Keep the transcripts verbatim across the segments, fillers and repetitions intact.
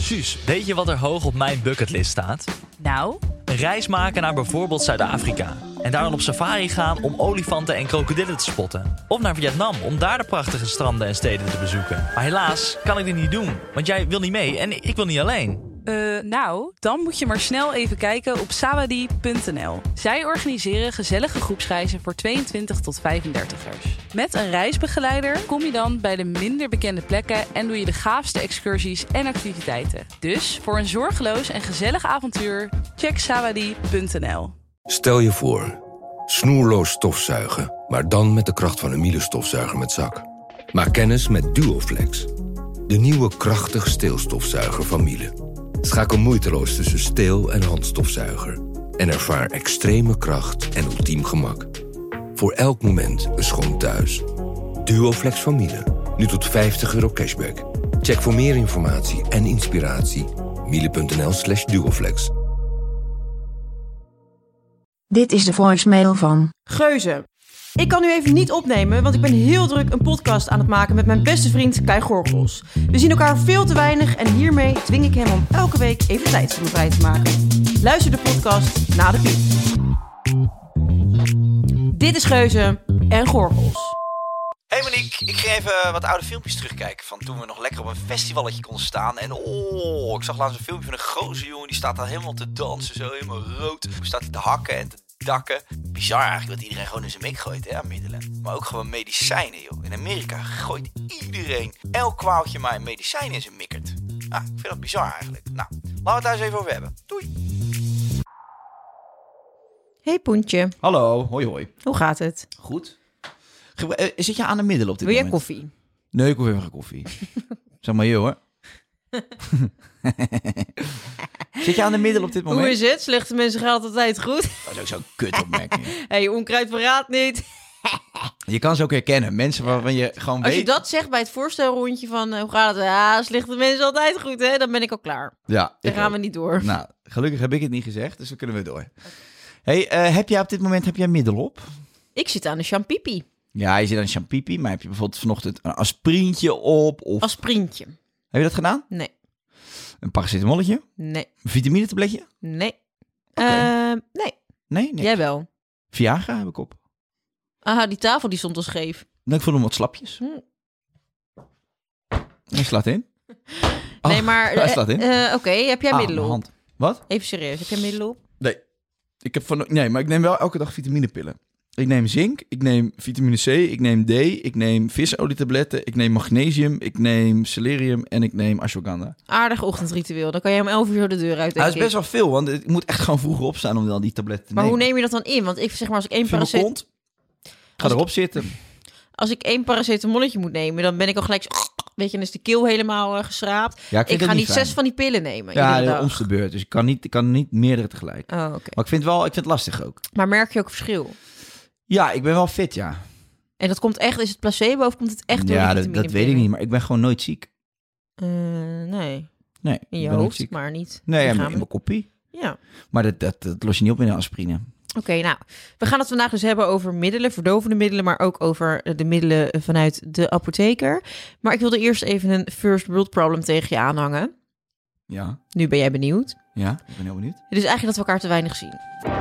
Suus, weet je wat er hoog op mijn bucketlist staat? Nou? Een reis maken naar bijvoorbeeld Zuid-Afrika. En daar dan op safari gaan om olifanten en krokodillen te spotten. Of naar Vietnam om daar de prachtige stranden en steden te bezoeken. Maar helaas kan ik dit niet doen, want jij wil niet mee en ik wil niet alleen. Uh, nou, dan moet je maar snel even kijken op sawadie punt n l. Zij organiseren gezellige groepsreizen voor tweeëntwintig tot vijfendertigers. Met een reisbegeleider kom je dan bij de minder bekende plekken en doe je de gaafste excursies en activiteiten. Dus voor een zorgeloos en gezellig avontuur, check sawadie punt n l. Stel je voor, snoerloos stofzuigen, maar dan met de kracht van een Miele stofzuiger met zak. Maak kennis met Duoflex, de nieuwe krachtige steelstofzuiger van Miele. Schakel moeiteloos tussen steel- en handstofzuiger en ervaar extreme kracht en ultiem gemak. Voor elk moment een schoon thuis. Duoflex van Miele, nu tot vijftig euro cashback. Check voor meer informatie en inspiratie miele punt n l slash duoflex. Dit is de voicemail van Geuze. Ik kan nu even niet opnemen, want ik ben heel druk een podcast aan het maken met mijn beste vriend Kai Gorgels. We zien elkaar veel te weinig en hiermee dwing ik hem om elke week even tijd voor me vrij te maken. Luister de podcast na de piep. Dit is Geuze en Gorgels. Hey Monique, ik ging even wat oude filmpjes terugkijken van toen we nog lekker op een festivalletje konden staan. En oh, ik zag laatst een filmpje van een gozer jongen, die staat daar helemaal te dansen, zo helemaal rood. Hoe staat hij te hakken en te dakken. Bizar eigenlijk dat iedereen gewoon in zijn mik gooit, hè, aan middelen. Maar ook gewoon medicijnen, joh. In Amerika gooit iedereen elk kwaaltje maar een medicijn in zijn mikkert. Ah, ik vind dat bizar eigenlijk. Nou, laten we het daar eens even over hebben. Doei! Hey Poentje. Hallo, hoi hoi. Hoe gaat het? Goed. Ge- uh, zit je aan de middelen op dit Wil jij moment? koffie? Nee, ik hoef even geen koffie. Zeg maar, joh hoor. Zit je aan de middelen op dit moment? Hoe is het? Slechte mensen gaan altijd goed. Dat is ook zo'n kut opmerking. Hé, hey, onkruid verraadt niet. Je kan ze ook herkennen. Mensen waarvan je gewoon Als weet... je dat zegt bij het voorstelrondje van uh, hoe gaat het? Ja, slechte mensen altijd goed, hè? Dan ben ik al klaar. Ja, Dan ik gaan ook. we niet door. Nou, gelukkig heb ik het niet gezegd, dus dan kunnen we door. Okay. Hey, uh, heb jij op dit moment heb jij middel op? Ik zit aan de champipi. Ja, je zit aan champipi, maar heb je bijvoorbeeld vanochtend een aspirintje op? Of... Aspirintje. Heb je dat gedaan? Nee. Een paracetamolletje? Nee. Een vitamine-tabletje? Nee. Okay. Uh, nee. Nee? Nee. Jij wel. Viagra heb ik op. Aha, die tafel die stond al scheef. Dan ik voel hem wat slapjes. Hm. Hij slaat in. Nee, oh, maar... Hij slaat in. Uh, Oké, okay. heb jij ah, middelen op? hand. Wat? Even serieus, heb jij middelen op? Nee. Ik heb van, nee, maar ik neem wel elke dag vitaminepillen. Ik neem zink, ik neem vitamine C, ik neem D, ik neem visolietabletten, ik neem magnesium, ik neem celerium en ik neem ashwagandha. Aardig ochtendritueel. Dan kan je om elf uur de deur uit, denk Dat is ik. best wel veel, want ik moet echt gewoon vroeger opstaan om dan die tabletten te maar nemen. hoe neem je dat dan in? Want ik zeg maar, als ik één Via mijn paracetamol... kont. Ga erop zitten. Als ik één paracetamolletje moet nemen, dan ben ik al gelijk... Weet je, dan is de keel helemaal uh, geschraapt. Ja, ik ik ga niet niet fijn. zes van die pillen nemen. Ja, iedere de dag. om de beurt. Dus ik kan niet, ik kan niet meerdere tegelijk. Oh, oké. Okay. Maar ik vind, wel, ik vind het lastig ook. Maar merk je ook verschil? Ja, ik ben wel fit, ja. En dat komt echt, is het placebo of komt het echt door Ja, de dat, dat weet ik niet, maar ik ben gewoon nooit ziek. Uh, nee. Nee, In ik je ben nooit hoofd, ziek. maar niet. Nee, in Lichamelijk. mijn koppie. Ja. Maar dat, dat, dat los je niet op in de aspirine. Oké, okay, nou, we gaan het vandaag dus hebben over middelen, verdovende middelen, maar ook over de middelen vanuit de apotheker. Maar ik wilde eerst even een first world problem tegen je aanhangen. Ja. Nu ben jij benieuwd. Ja, ik ben heel benieuwd. Het is eigenlijk dat we elkaar te weinig zien.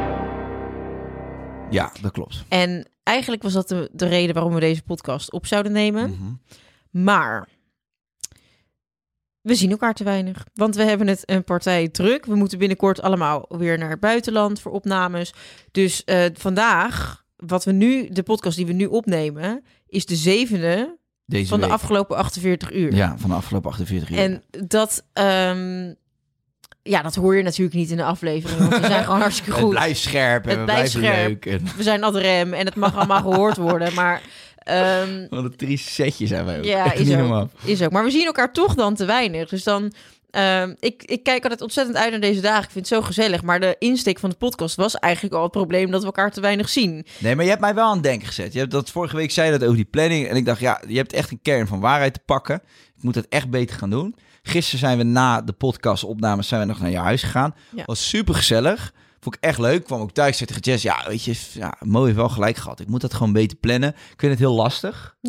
Ja, dat klopt. En eigenlijk was dat de, de reden waarom we deze podcast op zouden nemen. Mm-hmm. Maar we zien elkaar te weinig. Want we hebben het een partij druk. We moeten binnenkort allemaal weer naar het buitenland voor opnames. Dus uh, vandaag, wat we nu, de podcast die we nu opnemen, is de zevende Deze van week. de afgelopen achtenveertig uur. Ja, van de afgelopen achtenveertig uur. En dat, um, ja, dat hoor je natuurlijk niet in de aflevering. Want we zijn gewoon hartstikke goed. Het blijft scherp en Het we blijft blijven scherp. leuk. En... We zijn ad rem en het mag allemaal gehoord worden. Maar um, wat een triest setje zijn wij ook. ja, Echt is niet ook, normaal. is ook. Maar we zien elkaar toch dan te weinig. Dus dan, um, ik, ik kijk altijd ontzettend uit naar deze dagen. Ik vind het zo gezellig. Maar de insteek van de podcast was eigenlijk al het probleem dat we elkaar te weinig zien. Nee, maar je hebt mij wel aan het denken gezet. Je hebt dat vorige week zei je dat over die planning. En ik dacht, ja, je hebt echt een kern van waarheid te pakken. Ik moet het echt beter gaan doen. Gisteren zijn we na de podcastopnames zijn we nog naar je huis gegaan. Ja. Was super gezellig. Vond ik echt leuk. Kwam ook thuis, zei tegen Jess, ja, weet je, ja, Mo heeft wel gelijk gehad. Ik moet dat gewoon beter plannen. Ik vind het heel lastig. Ja.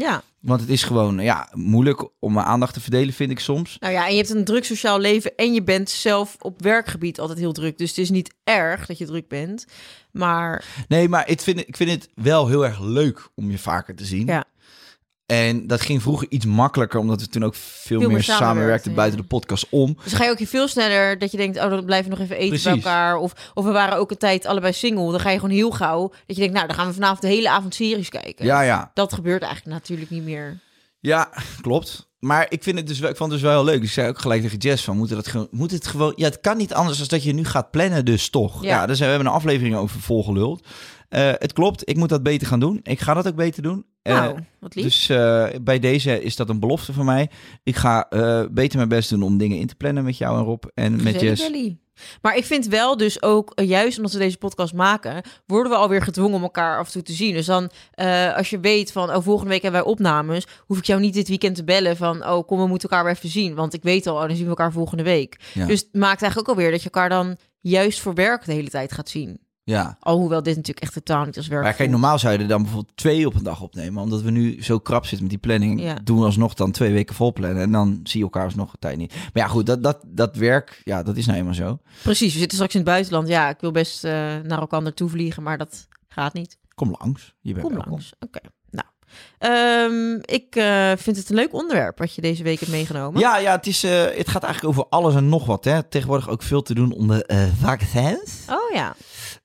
Want het is gewoon ja, moeilijk om mijn aandacht te verdelen, vind ik soms. Nou ja, en je hebt een druk sociaal leven en je bent zelf op werkgebied altijd heel druk. Dus het is niet erg dat je druk bent, maar... Nee, maar ik vind, ik vind het wel heel erg leuk om je vaker te zien. Ja. En dat ging vroeger iets makkelijker, omdat we toen ook veel, veel meer, meer samenwerkten samenwerkten, ja. buiten de podcast om. Dus dan ga je ook je veel sneller dat je denkt, oh, dan blijven we nog even eten Precies. bij elkaar. Of, of we waren ook een tijd allebei single. Dan ga je gewoon heel gauw dat je denkt, nou, dan gaan we vanavond de hele avond series kijken. Ja, ja. Dat gebeurt eigenlijk natuurlijk niet meer. Ja, klopt. Maar ik vind het dus wel, ik vond het dus wel heel leuk. Ik zei ook gelijk tegen Jess van, moeten dat gewoon, moet het gewoon, ja, het kan niet anders dan dat je nu gaat plannen, dus toch. Ja, Ja dus we hebben een aflevering over volgeluld. Uh, het klopt, ik moet dat beter gaan doen. Ik ga dat ook beter doen. Uh, Nou, wat lief. Dus uh, bij deze is dat een belofte van mij. Ik ga uh, beter mijn best doen om dingen in te plannen met jou en Rob en met Gezellig, Jess. Ellie. Maar ik vind wel dus ook, uh, juist omdat we deze podcast maken, worden we alweer gedwongen om elkaar af en toe te zien. Dus dan, uh, als je weet van, oh, volgende week hebben wij opnames, hoef ik jou niet dit weekend te bellen van, oh, kom, we moeten elkaar weer even zien. Want ik weet al, oh, dan zien we elkaar volgende week. Ja. Dus het maakt eigenlijk ook alweer dat je elkaar dan juist voor werk de hele tijd gaat zien. Ja. Alhoewel dit natuurlijk echt totaal niet als werk Maar kijk, voelt. normaal zou je er dan bijvoorbeeld twee op een dag opnemen. Omdat we nu zo krap zitten met die planning, Ja. doen we alsnog dan twee weken vol plannen. En dan zie je elkaar alsnog een tijd niet. Maar ja, goed, dat, dat, dat werk, ja, dat is nou eenmaal zo. Precies, we zitten straks in het buitenland. Ja, ik wil best uh, naar elkaar toe vliegen, maar dat gaat niet. Kom langs. Je bent Kom welkom. langs. Oké, okay. nou. Um, ik uh, vind het een leuk onderwerp wat je deze week hebt meegenomen. Ja, ja het, is, uh, het gaat eigenlijk over alles en nog wat. Hè. Tegenwoordig ook veel te doen om de uh, vaccins. Oh ja.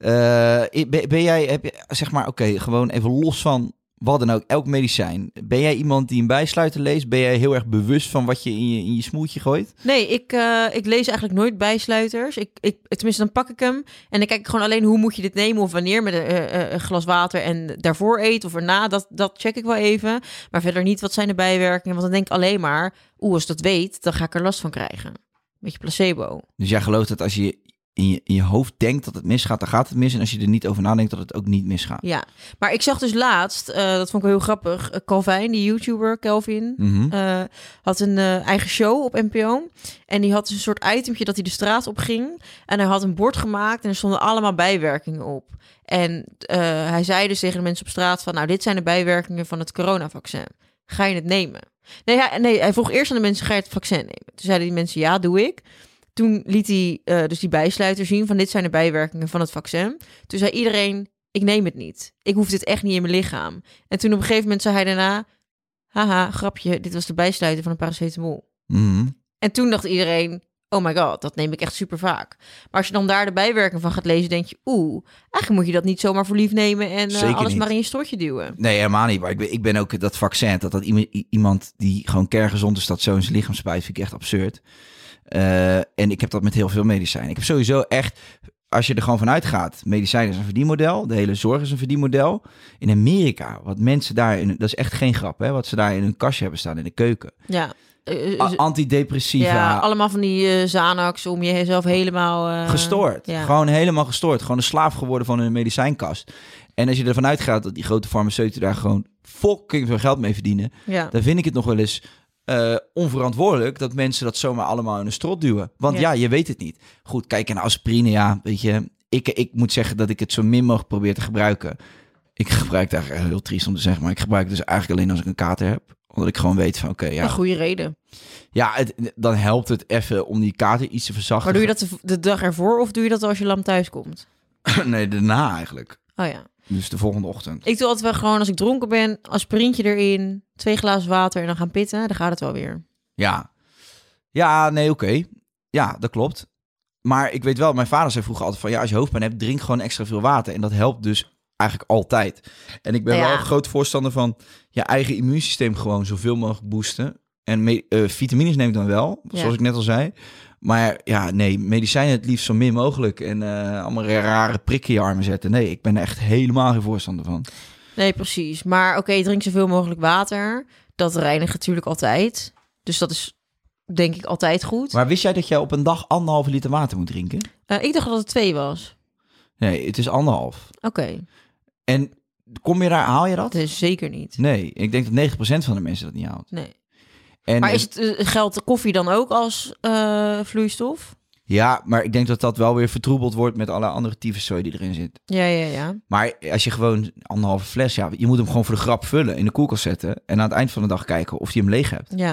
Uh, ben, ben jij, heb je, zeg maar, oké, okay, gewoon even los van wat dan ook, elk medicijn. Ben jij iemand die een bijsluiter leest? Ben jij heel erg bewust van wat je in je, in je smoeltje gooit? Nee, ik, uh, ik lees eigenlijk nooit bijsluiters. Ik, ik, tenminste, dan pak ik hem en dan kijk ik gewoon alleen hoe moet je dit nemen of wanneer met een, uh, een glas water en daarvoor eet of erna. Dat, dat check ik wel even. Maar verder niet, wat zijn de bijwerkingen? Want dan denk ik alleen maar, oeh, als ik dat weet, dan ga ik er last van krijgen. Beetje placebo. Dus jij gelooft dat als je in je, in je hoofd denkt dat het misgaat, dan gaat het mis. En als je er niet over nadenkt, dat het ook niet misgaat. Ja, maar ik zag dus laatst, uh, dat vond ik wel heel grappig, uh, Calvin, die YouTuber, Kelvin, Mm-hmm. uh, had een uh, eigen show op N P O. En die had dus een soort itempje dat hij de straat op ging. En hij had een bord gemaakt en er stonden allemaal bijwerkingen op. En uh, hij zei dus tegen de mensen op straat van, nou, dit zijn de bijwerkingen van het coronavaccin. Ga je het nemen? Nee, hij, nee, hij vroeg eerst aan de mensen, ga je het vaccin nemen? Toen zeiden die mensen, ja, doe ik. Toen liet hij uh, dus die bijsluiter zien van dit zijn de bijwerkingen van het vaccin. Toen zei iedereen, ik neem het niet. Ik hoef dit echt niet in mijn lichaam. En toen op een gegeven moment zei hij daarna, haha, grapje, dit was de bijsluiter van een paracetamol. Mm-hmm. En toen dacht iedereen, oh my god, dat neem ik echt super vaak. Maar als je dan daar de bijwerking van gaat lezen, denk je, oeh, eigenlijk moet je dat niet zomaar voor lief nemen en uh, alles niet. maar in je stortje duwen. Nee, helemaal niet. Maar ik ben, ik ben ook dat vaccin, dat dat iemand die gewoon kerngezond is, dat zo in zijn lichaam spuit, vind ik echt absurd. Uh, en ik heb dat met heel veel medicijnen. Ik heb sowieso echt, als je er gewoon vanuit gaat, medicijnen is een verdienmodel, de hele zorg is een verdienmodel. In Amerika, wat mensen daar, in, dat is echt geen grap, hè, wat ze daar in hun kastje hebben staan in de keuken. Ja. Uh, A- antidepressiva. Ja, allemaal van die uh, Xanax om jezelf helemaal... Uh, gestoord. Ja. Gewoon helemaal gestoord. Gewoon een slaaf geworden van hun medicijnkast. En als je ervan uitgaat dat die grote farmaceuten daar gewoon fucking veel geld mee verdienen, ja. dan vind ik het nog wel eens uh, onverantwoordelijk dat mensen dat zomaar allemaal in een strot duwen. Want ja, ja je weet het niet. Goed, kijk, en aspirine, ja, weet je, ik, ik moet zeggen dat ik het zo min mogelijk probeer te gebruiken. Ik gebruik het eigenlijk heel triest om te zeggen, maar ik gebruik het dus eigenlijk alleen als ik een kater heb. Omdat ik gewoon weet van, oké, okay, ja. Een goede reden. Ja, het, dan helpt het even om die kater iets te verzachten. Maar doe je dat de, de dag ervoor of doe je dat als je lam thuis komt? Nee, daarna eigenlijk. Oh ja. Dus de volgende ochtend. Ik doe altijd wel gewoon, als ik dronken ben, aspirintje erin, twee glazen water en dan gaan pitten. Dan gaat het wel weer. Ja. Ja, nee, oké. Okay. Ja, dat klopt. Maar ik weet wel, mijn vader zei vroeger altijd van, ja, als je hoofdpijn hebt, drink gewoon extra veel water. En dat helpt dus eigenlijk altijd. En ik ben ja. wel een groot voorstander van je eigen immuunsysteem gewoon zoveel mogelijk boosten. En me- uh, vitamines neem ik dan wel, ja. zoals ik net al zei. Maar ja, nee, medicijnen het liefst zo min mogelijk. En uh, allemaal rare prikken in je armen zetten. Nee, ik ben er echt helemaal geen voorstander van. Nee, precies. Maar oké, okay, drink zoveel mogelijk water. Dat reinigt natuurlijk altijd. Dus dat is denk ik altijd goed. Maar wist jij dat jij op een dag anderhalve liter water moet drinken? Uh, ik dacht dat het twee was. Nee, het is anderhalf. Oké. Okay. En kom je daar, haal je dat? Dat is zeker niet. Nee, ik denk dat negentig procent van de mensen dat niet haalt. Nee. En maar is het, uh, geldt de koffie dan ook als uh, vloeistof? Ja, maar ik denk dat dat wel weer vertroebeld wordt met alle andere tyfuszooi die erin zit. Ja, ja, ja. Maar als je gewoon anderhalve fles, ja, je moet hem gewoon voor de grap vullen, in de koelkast zetten en aan het eind van de dag kijken of je hem leeg hebt. Ja.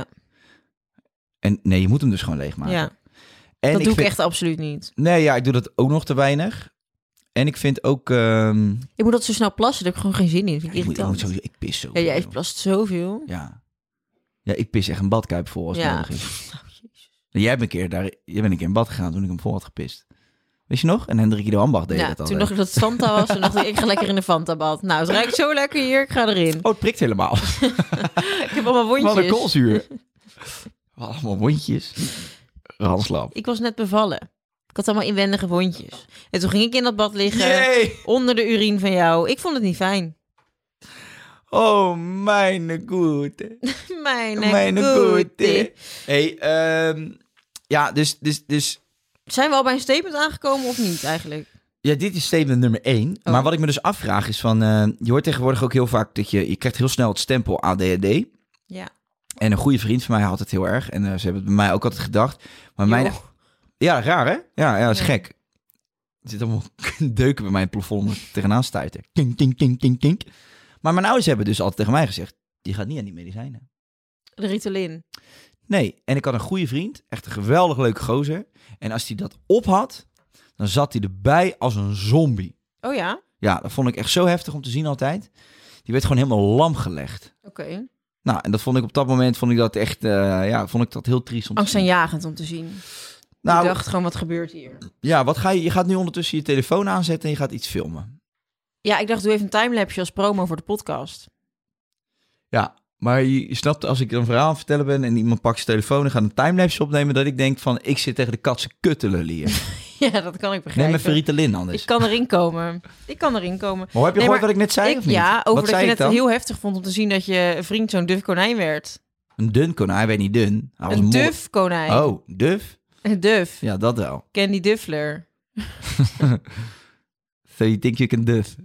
En nee, je moet hem dus gewoon leegmaken. Ja. En dat ik doe vind... ik echt absoluut niet. Nee, ja, ik doe dat ook nog te weinig. En ik vind ook... Um... Ik moet dat zo snel plassen, daar heb ik gewoon geen zin in. Vind ik, ik, moet, ik, moet irritant. sowieso, ik pis zo. Ja, jij plast zoveel. Ja. Ja, ik pis echt een badkuip vol als het Ja. nodig is. Jij hebt een keer daar, jij bent een keer in bad gegaan toen ik hem vol had gepist. Weet je nog? En Hendrik de Ambach deed Ja, dat al. toen dacht ik dat het Fanta was. Toen dacht ik, ik ga lekker in de Fanta bad. Nou, het ruikt zo lekker hier, ik ga erin. Oh, het prikt helemaal. Ik heb allemaal wondjes. Wat een koolzuur. Allemaal wondjes. Ranslap. Ik was net bevallen. Ik had allemaal inwendige wondjes. En toen ging ik in dat bad liggen, Jee! onder de urine van jou. Ik vond het niet fijn. Oh, mijn goede. Mijn, Mijn goede. goede. Hey, um, ja, dus, dus, dus... Zijn we al bij een statement aangekomen of niet eigenlijk? Ja, dit is statement nummer één. Oh. Maar wat ik me dus afvraag is van... Uh, je hoort tegenwoordig ook heel vaak dat je... Je krijgt heel snel het stempel A D H D. Ja. En een goede vriend van mij had het heel erg. En uh, ze hebben het bij mij ook altijd gedacht. Maar mijn... Joh. Ja, raar hè? Ja, ja dat is Ja. gek. Er zit allemaal deuken bij mijn plafond tegenaan stuiten. Kink, kink, kink, kink, kink. Maar mijn ouders hebben dus altijd tegen mij gezegd... Je gaat niet aan die medicijnen. De Ritalin. Nee, en ik had een goede vriend. Echt een geweldig leuke gozer. En als hij dat op had... Dan zat hij erbij als een zombie. Oh ja? Ja, dat vond ik echt zo heftig om te zien altijd. Die werd gewoon helemaal lam gelegd. Oké. Okay. Nou, en dat vond ik op dat moment vond ik dat echt, uh, ja, vond ik dat heel triest om te zien. Angstaanjagend om te zien. Nou, ik dacht gewoon, wat gebeurt hier? Ja, wat ga je? Je gaat nu ondertussen je telefoon aanzetten en je gaat iets filmen. Ja, ik dacht, doe even een timelapse als promo voor de podcast. Ja, maar je, je snapt, als ik een verhaal aan het vertellen ben en iemand pakt zijn telefoon en gaat een timelapse opnemen, dat ik denk van, ik zit tegen de katse kuttelen hier. Ja, dat kan ik begrijpen. Neem even Ritalin anders. Ik kan erin komen. Ik kan erin komen. Maar heb je Nee, gehoord maar wat ik net zei ik, of niet? Ja, over wat dat zei je ik net dan? heel heftig vond om te zien dat je vriend zo'n duf konijn werd. Een dun konijn, hij werd niet dun. Hij was Een mooi. duf konijn. Oh, duf? Een duf. Ja, dat wel. Candy Duffler. So you think you can duf?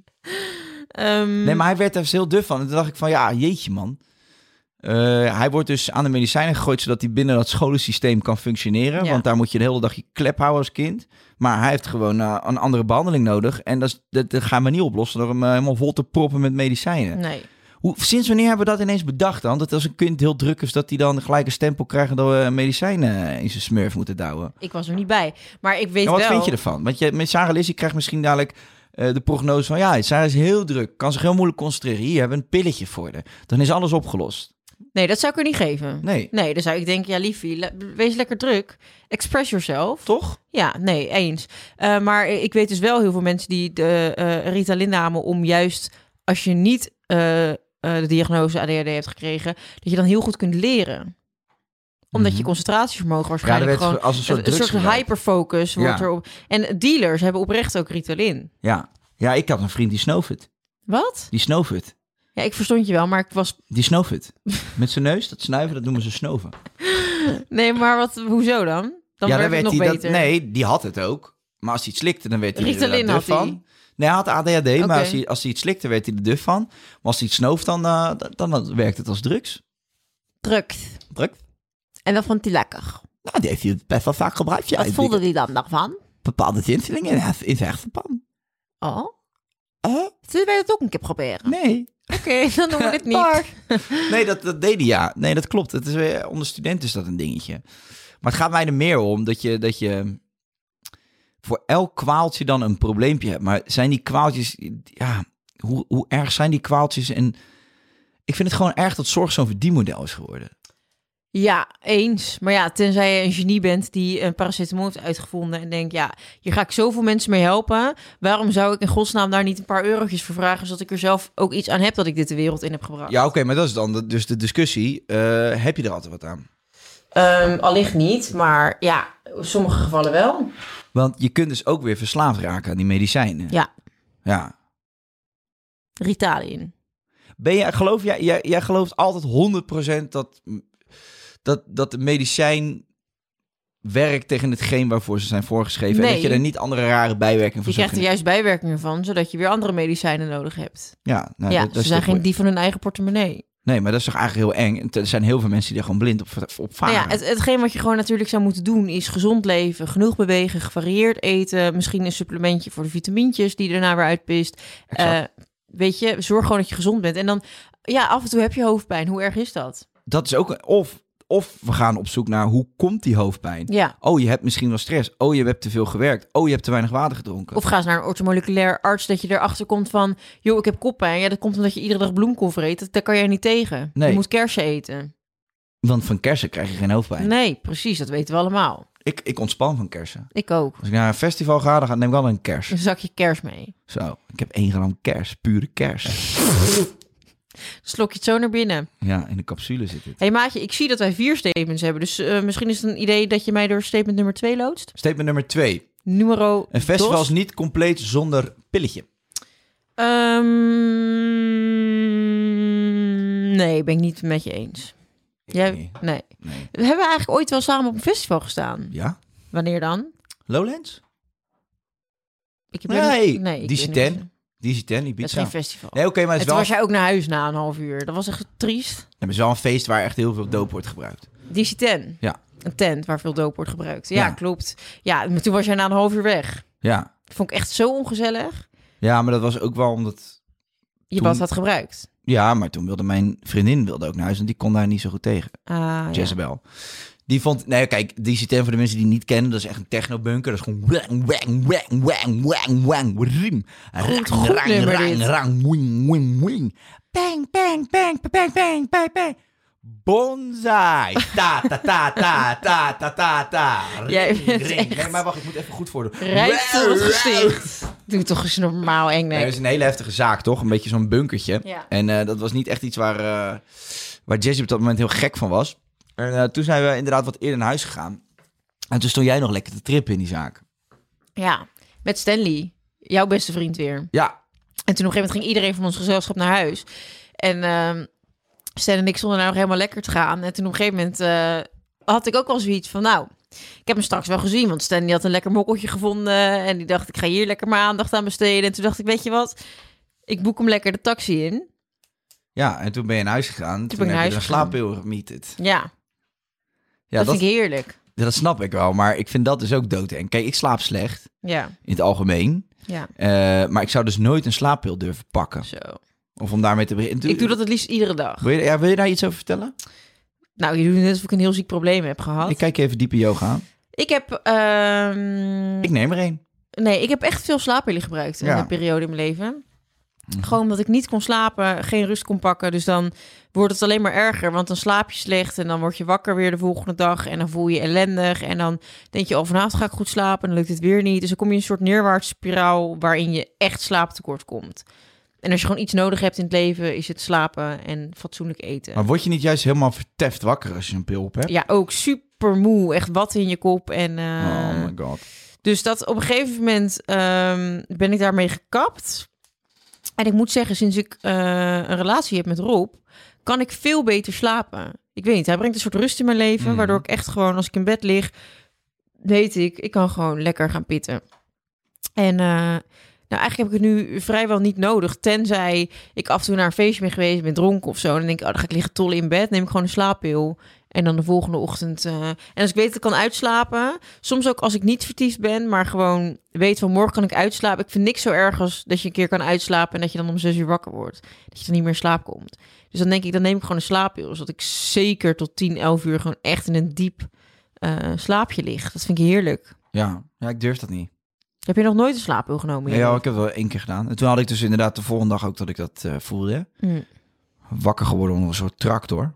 Um, Nee, maar hij werd er dus heel duf van. En toen dacht ik van, ja, jeetje man. Uh, hij wordt dus aan de medicijnen gegooid, zodat hij binnen dat scholensysteem kan functioneren. Ja. Want daar moet je de hele dag je klep houden als kind. Maar hij heeft gewoon uh, een andere behandeling nodig. En dat, is, dat, dat gaan we niet oplossen door hem uh, helemaal vol te proppen met medicijnen. Nee. Hoe, sinds wanneer hebben we dat ineens bedacht dan? Dat als een kind heel druk is, dat hij dan gelijk een stempel krijgt dat we medicijnen in zijn smurf moeten douwen. Ik was er niet bij. Maar ik weet En wat wel... vind je ervan? Want je, met Sarah Lizzie krijgt misschien dadelijk uh, de prognose van, ja, Sarah is heel druk, kan zich heel moeilijk concentreren. Hier hebben we een pilletje voor haar. Dan is alles opgelost. Nee, dat zou ik er niet geven. Nee. Nee, dan zou ik denken, ja liefie, le- wees lekker druk. Express yourself. Toch? Ja, nee, eens. Uh, maar ik weet dus wel heel veel mensen die de uh, Ritalin namen om juist, als je niet uh, uh, de diagnose A D H D hebt gekregen, dat je dan heel goed kunt leren. Omdat Mm-hmm. je concentratievermogen waarschijnlijk ja, dat werd gewoon... als een soort, een soort hyperfocus wordt ja. erop. En dealers hebben oprecht ook Ritalin. Ja. Ja, ik had een vriend die snoof het. Wat? Die snoof het. Ja, ik verstond je wel, maar ik was... Die snoof het. Met zijn neus, dat snuiven, dat noemen ze snoven. Nee, maar wat, hoezo dan? Dan ja, werd dan het nog werd hij beter. Dat, nee, die had het ook. Maar als hij het slikte, dan werd hij Ritalin er had duf van. hij. Nee, hij had A D H D, Okay. maar als hij, als hij het slikte, werd hij er duf van. Maar als hij het snoof, dan, uh, dan, dan werkt het als drugs. Drugs. Drugs? En dat vond hij lekker. Nou, die heeft hij best wel vaak gebruikt. Ja, Wat voelde hij dan daarvan? Bepaalde tintelingen in zijn hersenpan. Oh. Oh? Zullen wij dat ook een keer proberen? Nee. Oké, okay, dan doen we dit niet. Nee, dat, dat deed hij, ja. Nee, dat klopt. Het is weer, onder studenten is dat een dingetje. Maar het gaat mij er meer om dat je, dat je voor elk kwaaltje dan een probleempje hebt. Maar zijn die kwaaltjes, ja, hoe, hoe erg zijn die kwaaltjes? En ik vind het gewoon erg dat zorg zo'n verdienmodel is geworden. Ja, eens. Maar ja, tenzij je een genie bent die een paracetamol heeft uitgevonden en denkt, ja, hier ga ik zoveel mensen mee helpen. Waarom zou ik in godsnaam daar niet een paar eurotjes voor vragen, zodat ik er zelf ook iets aan heb dat ik dit de wereld in heb gebracht? Ja, oké, okay, maar dat is dan de, dus de discussie. Uh, heb je er altijd wat aan? Um, allicht niet, maar ja, in sommige gevallen wel. Want je kunt dus ook weer verslaafd raken aan die medicijnen. Ja. Ja. Ritalin. Ben je, geloof jij, jij, jij gelooft altijd honderd procent dat, dat, dat de medicijn werkt tegen hetgeen waarvoor ze zijn voorgeschreven. Nee. En dat je er niet andere rare bijwerkingen van Je krijgt er juist bijwerkingen van, zodat je weer andere medicijnen nodig hebt. Ja, nou, ja dat, dat ze zijn geen dief van hun eigen portemonnee. Nee, maar dat is toch eigenlijk heel eng. Er zijn heel veel mensen die er gewoon blind op, op varen. Nou ja, het, hetgeen wat je gewoon natuurlijk zou moeten doen is gezond leven, genoeg bewegen, gevarieerd eten, misschien een supplementje voor de vitamintjes die daarna weer uitpist. Uh, weet je, zorg gewoon dat je gezond bent. En dan, ja, af en toe heb je hoofdpijn. Hoe erg is dat? Dat is ook, of, of we gaan op zoek naar hoe komt die hoofdpijn? Ja. Oh, je hebt misschien wel stress. Oh, je hebt te veel gewerkt. Oh, je hebt te weinig water gedronken. Of ga eens naar een orthomoleculair arts dat je erachter komt van, joh, ik heb koppijn. Ja, dat komt omdat je iedere dag bloemkool vreet. Dat, daar kan jij niet tegen. Nee. Je moet kersen eten. Want van kersen krijg je geen hoofdpijn. Nee, precies. Dat weten we allemaal. Ik, ik ontspan van kersen. Ik ook. Als ik naar een festival ga, dan neem ik wel een kers. Een zakje kers mee. Zo, ik heb één gram kers. Pure kers. Slok je het zo naar binnen. Ja, in de capsule zit het. Hé hey, maatje, ik zie dat wij vier statements hebben. Dus uh, misschien is het een idee dat je mij door statement nummer twee loodst. Statement nummer twee. Numero Een festival dos. is niet compleet zonder pilletje. Um, nee, ben ik niet met je eens. Jij, Nee. nee. Nee. We hebben eigenlijk ooit wel samen op een festival gestaan. Ja? Wanneer dan? Lowlands? Ik heb Nee, niet- nee ik D C weet ten. niet. D C ten, Dat is Ibiza. geen festival. Nee, oké, maar het En is toen wel, was jij ook naar huis na een half uur. Dat was echt triest. ja, maar het is wel een feest waar echt heel veel doop wordt gebruikt. D C ten. Ja. Een tent waar veel doop wordt gebruikt. Ja, Ja. klopt. Ja, maar toen was jij na een half uur weg. Ja. Dat vond ik echt zo ongezellig. Ja, maar dat was ook wel omdat... Je Toen- wat had gebruikt. Ja, maar toen wilde mijn vriendin wilde ook naar huis en die kon daar niet zo goed tegen. Ah, ja. Jezebel. Die vond... Nee, kijk, D C ten voor de mensen die het niet kennen, dat is echt een technobunker. Dat is gewoon... Wang, wang, wang, wang, wang, wang, rim. Goed, goed nummer dit. rang, wing, wing, wing. Bang, bang, bang, bang, bang, bang, bang. Bonsai. Ta, ta, ta, ta, ta, ta, ta, ta. Jij Ring, bent ring. echt- Nee, maar wacht, ik moet even goed voordoen. Rijk voor het gezicht. Doe toch eens normaal eng, Nee, nee. dat is een hele heftige zaak, toch? Een beetje zo'n bunkertje. Ja. En uh, dat was niet echt iets waar, uh, waar Jessie op dat moment heel gek van was. En uh, toen zijn we inderdaad wat eerder naar huis gegaan. En toen stond jij nog lekker te trippen in die zaak. Ja, met Stanley. Jouw beste vriend weer. Ja. En toen op een gegeven moment ging iedereen van ons gezelschap naar huis. En uh, Stan en ik stonden nou nog helemaal lekker te gaan. En toen op een gegeven moment uh, had ik ook wel zoiets van... nou, ik heb hem straks wel gezien. Want Stan die had een lekker mokkeltje gevonden. En die dacht, ik ga hier lekker mijn aandacht aan besteden. En toen dacht ik, weet je wat? Ik boek hem lekker de taxi in. Ja, en toen ben je naar huis gegaan. Toen, ben ik heb naar je huis een gegaan. slaappil gemieterd. Ja, Ja, dat, dat, vind ik heerlijk. dat snap ik wel. Maar ik vind dat dus ook doodeng. Kijk, ik slaap slecht. Ja, In het algemeen. ja. Uh, maar ik zou dus nooit een slaappil durven pakken. Zo. Of om daarmee te beginnen. Ik doe dat het liefst iedere dag. Wil je, ja, wil je daar iets over vertellen? Nou, je doet net alsof ik een heel ziek probleem heb gehad. Ik kijk je even diepe yoga aan. Ik heb... ehm, Ik neem er één. Nee, ik heb echt veel slaappillen gebruikt in Ja. een periode in mijn leven. Mhm. Gewoon omdat ik niet kon slapen, geen rust kon pakken. Dus dan wordt het alleen maar erger, want dan slaap je slecht... en dan word je wakker weer de volgende dag en dan voel je je ellendig... en dan denk je, oh, vanavond ga ik goed slapen en dan lukt het weer niet. Dus dan kom je in een soort neerwaartse spiraal... waarin je echt slaaptekort komt. En als je gewoon iets nodig hebt in het leven... is het slapen en fatsoenlijk eten. Maar word je niet juist helemaal verteft wakker als je een pil op hebt? Ja, ook super moe, echt wat in je kop. En, uh, Oh my god. Dus dat op een gegeven moment um, ben ik daarmee gekapt. En ik moet zeggen, sinds ik uh, een relatie heb met Rob, kan ik veel beter slapen. Ik weet niet, hij brengt een soort rust in mijn leven, Mm. waardoor ik echt gewoon, als ik in bed lig, weet ik, ik kan gewoon lekker gaan pitten. En uh, nou, eigenlijk heb ik het nu vrijwel niet nodig, tenzij ik af en toe naar een feestje ben geweest, ben dronken of zo. En dan denk ik, oh, dan ga ik liggen tollen in bed, neem ik gewoon een slaappil. En dan de volgende ochtend... Uh, en als ik weet dat ik kan uitslapen... Soms ook als ik niet vertiefd ben... maar gewoon weet van morgen kan ik uitslapen. Ik vind niks zo erg als dat je een keer kan uitslapen... en dat je dan om zes uur wakker wordt. Dat je dan niet meer in slaap komt. Dus dan denk ik, dan neem ik gewoon een slaappil. Zodat ik zeker tot tien, elf uur... gewoon echt in een diep uh, slaapje lig. Dat vind ik heerlijk. Ja. ja, ik durf dat niet. Heb je nog nooit een slaappil genomen? Ja, ja, ik heb het wel één keer gedaan. En toen had ik dus inderdaad de volgende dag ook dat ik dat uh, voelde. Mm. Wakker geworden onder een soort tractor.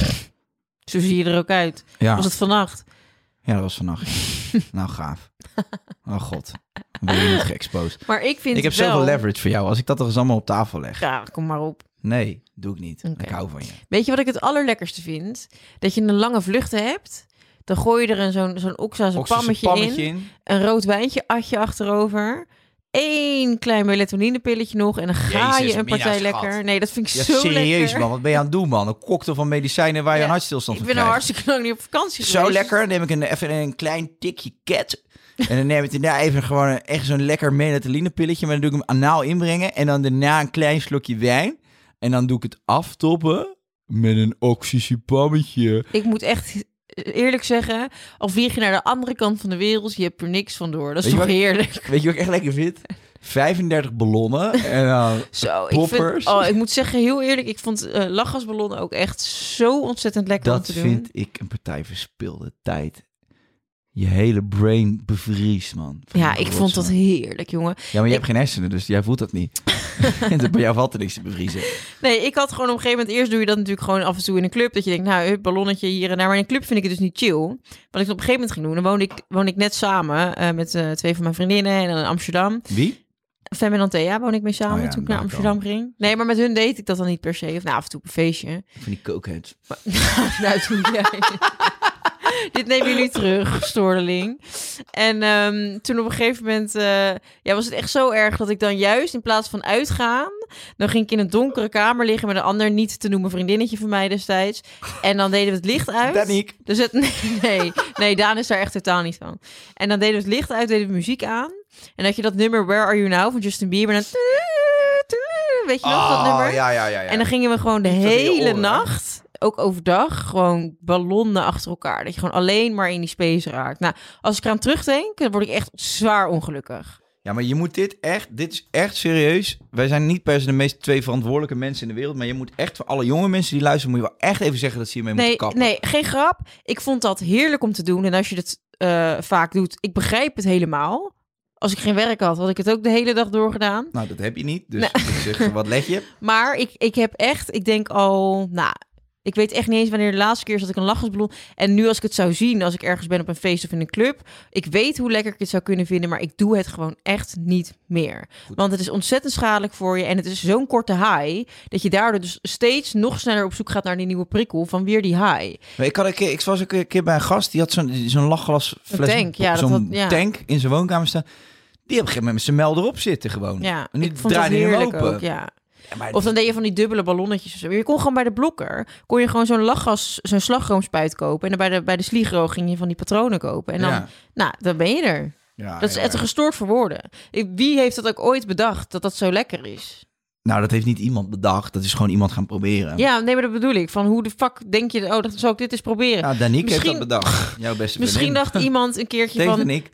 Zo zie je er ook uit. Ja, Was het vannacht? ja dat was vannacht. Nou, gaaf. Oh god. Dan ben je niet geëxposed. Maar ik vind Ik heb wel... zoveel leverage voor jou. Als ik dat toch eens allemaal op tafel leg. Ja, kom maar op. Nee, doe ik niet. Oké. Ik hou van je. Weet je wat ik het allerlekkerste vind? Dat je een lange vluchten hebt. Dan gooi je er een zo'n zo'n oksa's Oxyse pammetje, pammetje in. in. Een rood wijntje, atje achterover. Eén klein melatoninepilletje nog. En dan ga Jezus, je een partij Mina, schat. lekker. Nee, dat vind ik Ja, zo serieus lekker. man. Wat ben je aan het doen man? Een cocktail van medicijnen waar je Ja, een hartstilstand Ik van ben al krijgt. hartstikke lang niet op vakantie Zo geweest. lekker. Dan neem ik een, even een klein tikje cat. En dan neem ik daarna even gewoon een, echt zo'n lekker melatoninepilletje. Maar dan doe ik hem anaal inbrengen. En dan daarna een klein slokje wijn. En dan doe ik het aftoppen met een oxysipammetje. Ik moet echt eerlijk zeggen, al vlieg je naar de andere kant van de wereld, je hebt er niks van door. Dat is Weet toch je wat- heerlijk? Weet je wat ik echt lekker vind? vijfendertig ballonnen en dan Zo, ik, poppers. vind, oh, ik moet zeggen, heel eerlijk, ik vond uh, lachgasballonnen ook echt zo ontzettend lekker om Dat te doen. vind ik een partij verspilde tijd. Je hele brain bevriest, man. Van Ja, die ik vond dat rotzooi. heerlijk, jongen. Ja, maar je hebt geen hersenen, dus jij voelt dat niet. En bij jou valt er niks te bevriezen. Nee, ik had gewoon op een gegeven moment... Eerst doe je dat natuurlijk gewoon af en toe in een club. Dat je denkt, nou, hup, ballonnetje hier en daar. Maar in een club vind ik het dus niet chill. Wat ik op een gegeven moment ging doen... Dan woonde ik, woonde ik net samen uh, met uh, twee van mijn vriendinnen en dan in Amsterdam. Wie? Fem en Antea woon ik mee samen Oh ja, toen ik naar daar Amsterdam kan. ging. Nee, maar met hun deed ik dat dan niet per se. Of nou, af en toe op een feestje. Van die cokeheads. Nou, toen jij... Dit neem je nu terug, stoordeling. En um, toen op een gegeven moment uh, ja, was het echt zo erg dat ik dan juist in plaats van uitgaan, dan ging ik in een donkere kamer liggen met een ander niet te noemen vriendinnetje van mij destijds. En dan deden we het licht uit. Daniek. Dus het, nee, nee, nee, Daan is daar echt totaal niet van. En dan deden we het licht uit, deden we muziek aan. En dat je dat nummer Where Are You Now van Justin Bieber... En dan, weet je nog, dat nummer? Ja, ja, ja, ja. En dan gingen we gewoon de Niet tot in je hele oren, hè? nacht, ook overdag, gewoon ballonnen achter elkaar. Dat je gewoon alleen maar in die space raakt. Nou, als ik eraan terugdenk, dan word ik echt zwaar ongelukkig. Ja, maar je moet dit echt, dit is echt serieus. Wij zijn niet per se de meest twee verantwoordelijke mensen in de wereld, maar je moet echt voor alle jonge mensen die luisteren, moet je wel echt even zeggen dat ze hiermee Nee, moeten kappen. nee, geen grap. Ik vond dat heerlijk om te doen. En als je het uh, vaak doet, ik begrijp het helemaal. Als ik geen werk had, had ik het ook de hele dag doorgedaan. Nou, dat heb je niet. Dus Nee. ik zeg, wat leg je? Maar ik, ik heb echt, ik denk al, nou, ik weet echt niet eens wanneer de laatste keer is dat ik een lachgasballon. En nu als ik het zou zien, als ik ergens ben op een feest of in een club, ik weet hoe lekker ik het zou kunnen vinden, maar ik doe het gewoon echt niet meer. Goed. Want het is ontzettend schadelijk voor je en het is zo'n korte high, dat je daardoor dus steeds nog sneller op zoek gaat naar die nieuwe prikkel van weer die high. Maar ik, had een keer, ik was ook een keer bij een gast, die had zo'n zo'n lachglasfles, Een tank, ja, dat zo'n had- ja. tank in zijn woonkamer staan. Die heb op een gegeven moment met zijn mijl erop zitten gewoon. Ja, en die ik vond dat draaide hem heerlijk open. ook, ja. Ja, maar Of dan deed je van die dubbele ballonnetjes of zo. Je kon gewoon bij de Blokker, kon je gewoon zo'n lachgas, zo'n slagroomspuit kopen. En dan bij de, bij de Sligro ging je van die patronen kopen. En dan, Ja. nou, dan ben je er. Ja, Dat is ja, echt ja. gestoord voor woorden. Ik- Wie heeft dat ook ooit bedacht, dat dat zo lekker is? Nou, dat heeft niet iemand bedacht. Dat is gewoon iemand gaan proberen. Ja, nee, maar dat bedoel ik. Van hoe de fuck denk je, oh, dan zou ik dit eens proberen. Ja, Daniek Misschien- heeft dat bedacht. Jouw beste Misschien vriendin. dacht iemand een keertje Tegen van... Daniek.